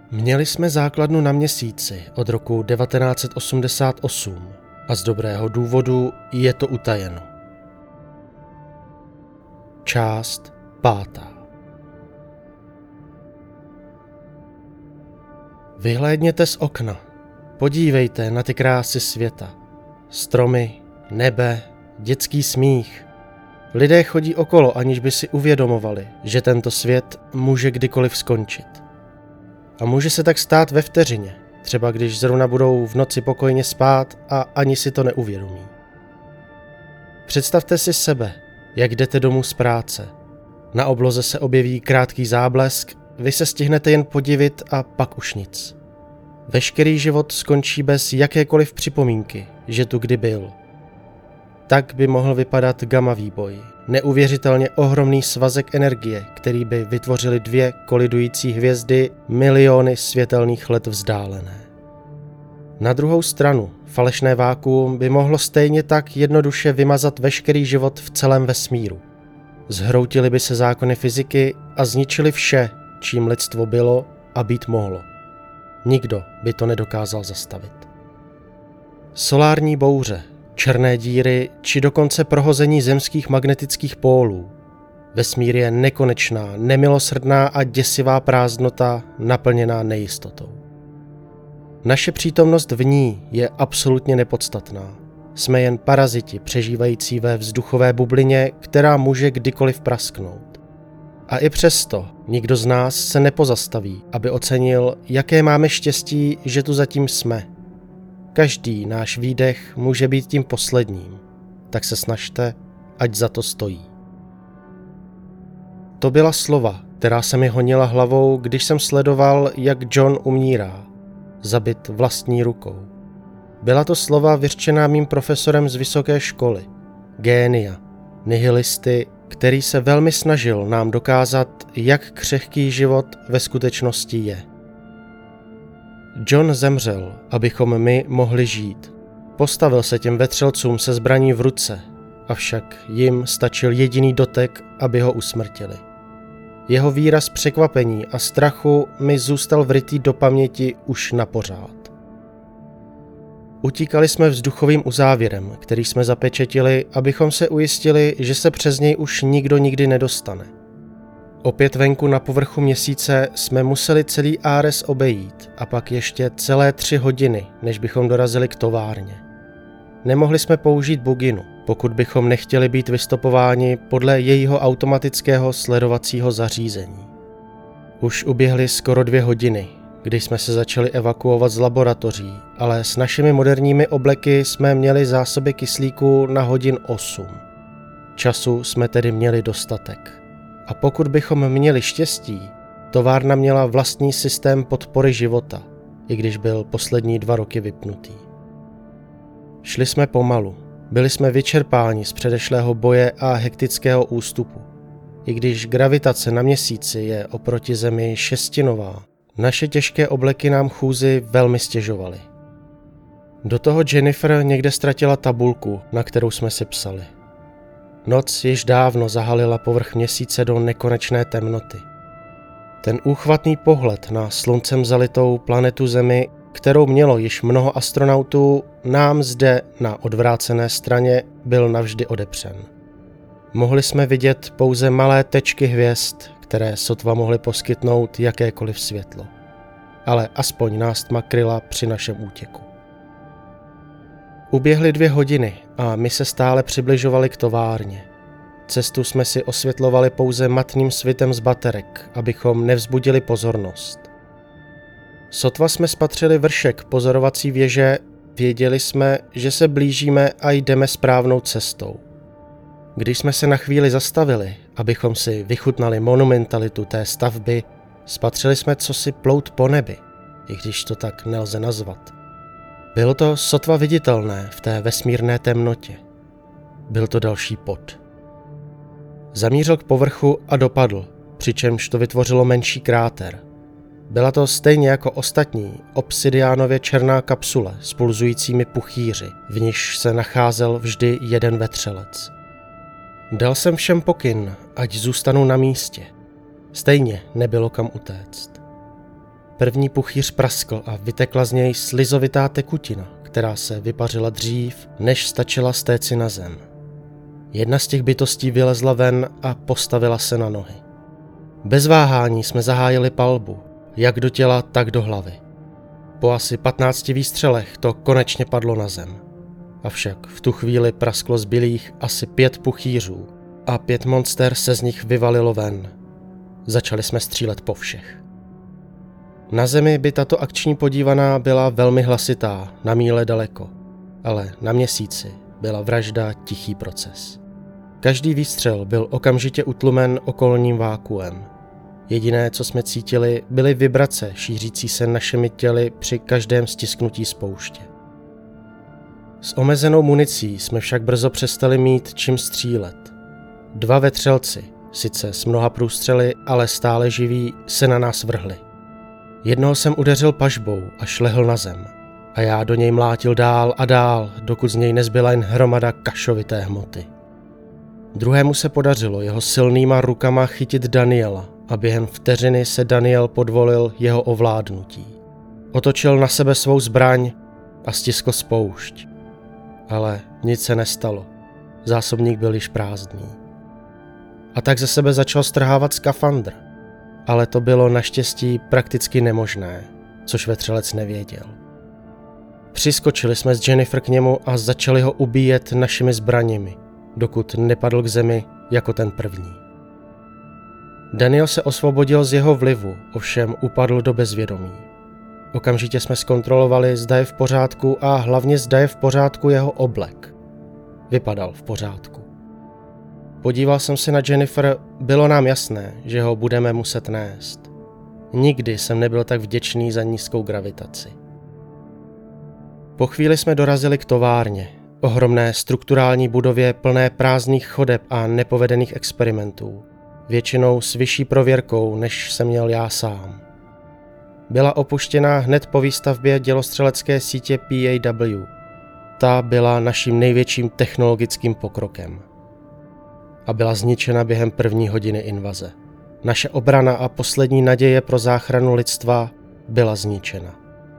Měli jsme základnu na Měsíci od roku 1988 a z dobrého důvodu je to utajeno. Část 5. Vyhlédněte z okna. Podívejte na ty krásy světa. Stromy, nebe, dětský smích. Lidé chodí okolo, aniž by si uvědomovali, že tento svět může kdykoliv skončit. A může se tak stát ve vteřině, třeba když zrovna budou v noci pokojně spát a ani si to neuvědomí. Představte si sebe, jak jdete domů z práce. Na obloze se objeví krátký záblesk, vy se stihnete jen podivit a pak už nic. Veškerý život skončí bez jakékoliv připomínky, že tu kdy byl. Tak by mohl vypadat gamma výboj, neuvěřitelně ohromný svazek energie, který by vytvořili 2 kolidující hvězdy miliony světelných let vzdálené. Na druhou stranu, falešné vákuum by mohlo stejně tak jednoduše vymazat veškerý život v celém vesmíru. Zhroutily by se zákony fyziky a zničili vše, čím lidstvo bylo a být mohlo. Nikdo by to nedokázal zastavit. Solární bouře, černé díry či dokonce prohození zemských magnetických pólů. Vesmír je nekonečná, nemilosrdná a děsivá prázdnota naplněná nejistotou. Naše přítomnost v ní je absolutně nepodstatná. Jsme jen paraziti přežívající ve vzduchové bublině, která může kdykoliv prasknout. A i přesto nikdo z nás se nepozastaví, aby ocenil, jaké máme štěstí, že tu zatím jsme. Každý náš výdech může být tím posledním, tak se snažte, ať za to stojí. To byla slova, která se mi honila hlavou, když jsem sledoval, jak John umírá, zabit vlastní rukou. Byla to slova vyřčená mým profesorem z vysoké školy, génia, nihilisty, který se velmi snažil nám dokázat, jak křehký život ve skutečnosti je. John zemřel, abychom my mohli žít. Postavil se těm vetřelcům se zbraní v ruce, avšak jim stačil jediný dotek, aby ho usmrtili. Jeho výraz překvapení a strachu mi zůstal vrytý do paměti už na pořád. Utíkali jsme vzduchovým uzávěrem, který jsme zapečetili, abychom se ujistili, že se přes něj už nikdo nikdy nedostane. Opět venku na povrchu Měsíce jsme museli celý Ares obejít a pak ještě celé 3 hodiny, než bychom dorazili k továrně. Nemohli jsme použít buginu, pokud bychom nechtěli být vystopováni podle jejího automatického sledovacího zařízení. Už uběhly skoro 2 hodiny, když jsme se začali evakuovat z laboratoří, ale s našimi moderními obleky jsme měli zásoby kyslíku na hodin 8. Času jsme tedy měli dostatek. A pokud bychom měli štěstí, továrna měla vlastní systém podpory života, i když byl poslední 2 roky vypnutý. Šli jsme pomalu, byli jsme vyčerpáni z předešlého boje a hektického ústupu. I když gravitace na Měsíci je oproti Zemi šestinová, naše těžké obleky nám chůzi velmi stěžovaly. Do toho Jennifer někde ztratila tabulku, na kterou jsme si psali. Noc již dávno zahalila povrch Měsíce do nekonečné temnoty. Ten úchvatný pohled na sluncem zalitou planetu Zemi, kterou mělo již mnoho astronautů, nám zde na odvrácené straně byl navždy odepřen. Mohli jsme vidět pouze malé tečky hvězd, které sotva mohly poskytnout jakékoliv světlo. Ale aspoň nás tma kryla při našem útěku. Uběhly 2 hodiny a my se stále přibližovali k továrně. Cestu jsme si osvětlovali pouze matným svitem z baterek, abychom nevzbudili pozornost. Sotva jsme spatřili vršek pozorovací věže, věděli jsme, že se blížíme a jdeme správnou cestou. Když jsme se na chvíli zastavili, abychom si vychutnali monumentalitu té stavby, spatřili jsme cosi plout po nebi, i když to tak nelze nazvat. Bylo to sotva viditelné v té vesmírné temnotě. Byl to další pod. Zamířil k povrchu a dopadl, přičemž to vytvořilo menší kráter. Byla to stejně jako ostatní obsidiánově černá kapsule s pulzujícími puchýři, v níž se nacházel vždy jeden vetřelec. Dal jsem všem pokyn, ať zůstanou na místě. Stejně nebylo kam utéct. první puchýř praskl a vytekla z něj slizovitá tekutina, která se vypařila dřív, než stačila stéci na zem. Jedna z těch bytostí vylezla ven a postavila se na nohy. Bez váhání jsme zahájili palbu, jak do těla, tak do hlavy. Po asi 15 výstřelech to konečně padlo na zem. Avšak v tu chvíli prasklo zbylých asi 5 puchýřů a 5 monster se z nich vyvalilo ven. Začali jsme střílet po všech. Na zemi by tato akční podívaná byla velmi hlasitá, na míle daleko, ale na měsíci byla vražda tichý proces. Každý výstřel byl okamžitě utlumen okolním vákuem. Jediné, co jsme cítili, byly vibrace šířící se našimi těly při každém stisknutí spouště. S omezenou municí jsme však brzo přestali mít čím střílet. 2 vetřelci, sice s mnoha průstřely, ale stále živí, se na nás vrhli. Jednoho jsem udeřil pažbou, až lehl na zem. A já do něj mlátil dál a dál, dokud z něj nezbyla jen hromada kašovité hmoty. Druhému se podařilo jeho silnýma rukama chytit Daniela a během vteřiny se Daniel podvolil jeho ovládnutí. Otočil na sebe svou zbraň a stiskl spoušť. Ale nic se nestalo. Zásobník byl již prázdný. A tak ze sebe začal strhávat skafandr. Ale to bylo naštěstí prakticky nemožné, což vetřelec nevěděl. Přiskočili jsme s Jennifer k němu a začali ho ubíjet našimi zbraněmi, dokud nepadl k zemi jako ten první. Daniel se osvobodil z jeho vlivu, ovšem upadl do bezvědomí. Okamžitě jsme zkontrolovali, zda je v pořádku a hlavně zda je v pořádku jeho oblek. Vypadal v pořádku. Podíval jsem se na Jennifer, bylo nám jasné, že ho budeme muset nést. Nikdy jsem nebyl tak vděčný za nízkou gravitaci. Po chvíli jsme dorazili k továrně, ohromné strukturální budově plné prázdných chodeb a nepovedených experimentů, většinou s vyšší prověrkou, než jsem měl já sám. Byla opuštěná hned po výstavbě dělostřelecké sítě PAW. Ta byla naším největším technologickým pokrokem. A byla zničena během první hodiny invaze. Naše obrana a poslední naděje pro záchranu lidstva byla zničena.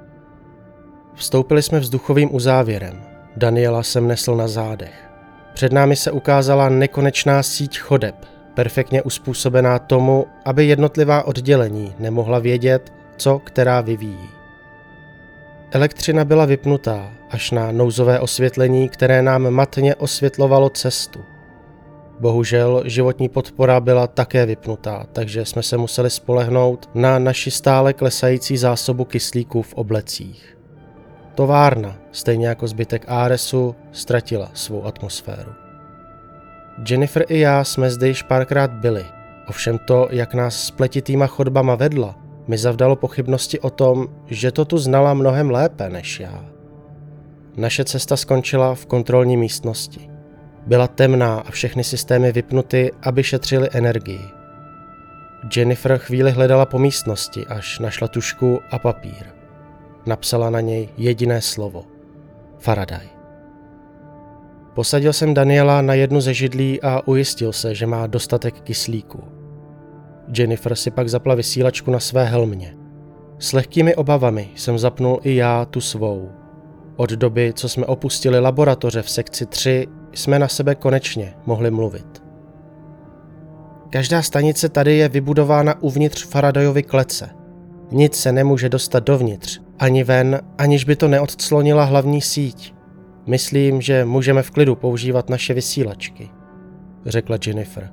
Vstoupili jsme vzduchovým uzávěrem. Daniela jsem nesl na zádech. Před námi se ukázala nekonečná síť chodeb, perfektně uspůsobená tomu, aby jednotlivá oddělení nemohla vědět, co která vyvíjí. Elektřina byla vypnutá až na nouzové osvětlení, které nám matně osvětlovalo cestu. Bohužel životní podpora byla také vypnutá, takže jsme se museli spolehnout na naši stále klesající zásobu kyslíku v oblecích. Továrna, stejně jako zbytek Aresu, ztratila svou atmosféru. Jennifer i já jsme zde již párkrát byli, ovšem to, jak nás spletitýma chodbama vedla, mi zavdalo pochybnosti o tom, že to tu znala mnohem lépe než já. Naše cesta skončila v kontrolní místnosti. Byla temná a všechny systémy vypnuty, aby šetřily energii. Jennifer chvíli hledala po místnosti, až našla tužku a papír. Napsala na něj jediné slovo. Faraday. Posadil jsem Daniela na jednu ze židlí a ujistil se, že má dostatek kyslíku. Jennifer si pak zapla vysílačku na své helmě. S lehkými obavami jsem zapnul i já tu svou. Od doby, co jsme opustili laboratoře v sekci 3, jsme na sebe konečně mohli mluvit. Každá stanice tady je vybudována uvnitř Faradayovy klece. Nic se nemůže dostat dovnitř, ani ven, aniž by to neodclonila hlavní síť. Myslím, že můžeme v klidu používat naše vysílačky, řekla Jennifer.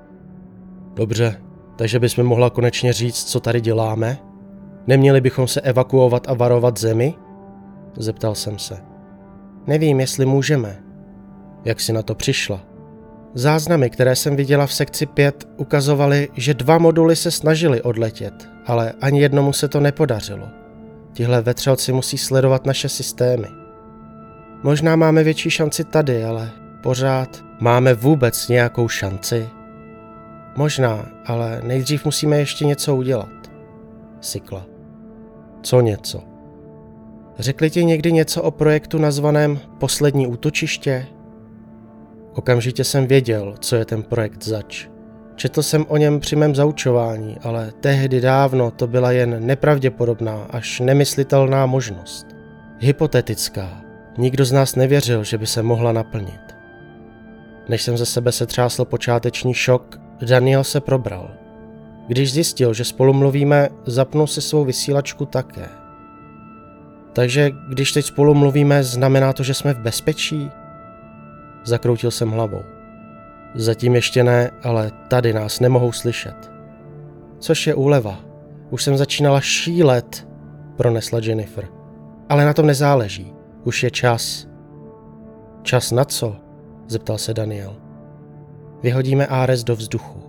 Dobře, takže bychom mohla konečně říct, co tady děláme? Neměli bychom se evakuovat a varovat zemi? Zeptal jsem se. Nevím, jestli můžeme. Jak jsi na to přišla? Záznamy, které jsem viděla v sekci 5, ukazovaly, že 2 moduly se snažily odletět, ale ani jednomu se to nepodařilo. Tihle vetřelci musí sledovat naše systémy. Možná máme větší šanci tady, ale pořád máme vůbec nějakou šanci? Možná, ale nejdřív musíme ještě něco udělat. Sykla. Co něco? Řekli ti někdy něco o projektu nazvaném Poslední útočiště? Okamžitě jsem věděl, co je ten projekt zač. Četl jsem o něm při mém zaučování, ale tehdy dávno to byla jen nepravděpodobná až nemyslitelná možnost. Hypotetická. Nikdo z nás nevěřil, že by se mohla naplnit. Než jsem ze sebe setřásl počáteční šok, Daniel se probral. Když zjistil, že spolu mluvíme, zapnul si svou vysílačku také. Takže když teď spolu mluvíme, znamená to, že jsme v bezpečí? Zakroutil jsem hlavou. Zatím ještě ne, ale tady nás nemohou slyšet. Což je úleva. Už jsem začínala šílet, pronesla Jennifer. Ale na tom nezáleží. Už je čas. Čas na co? Zeptal se Daniel. Vyhodíme Ares do vzduchu.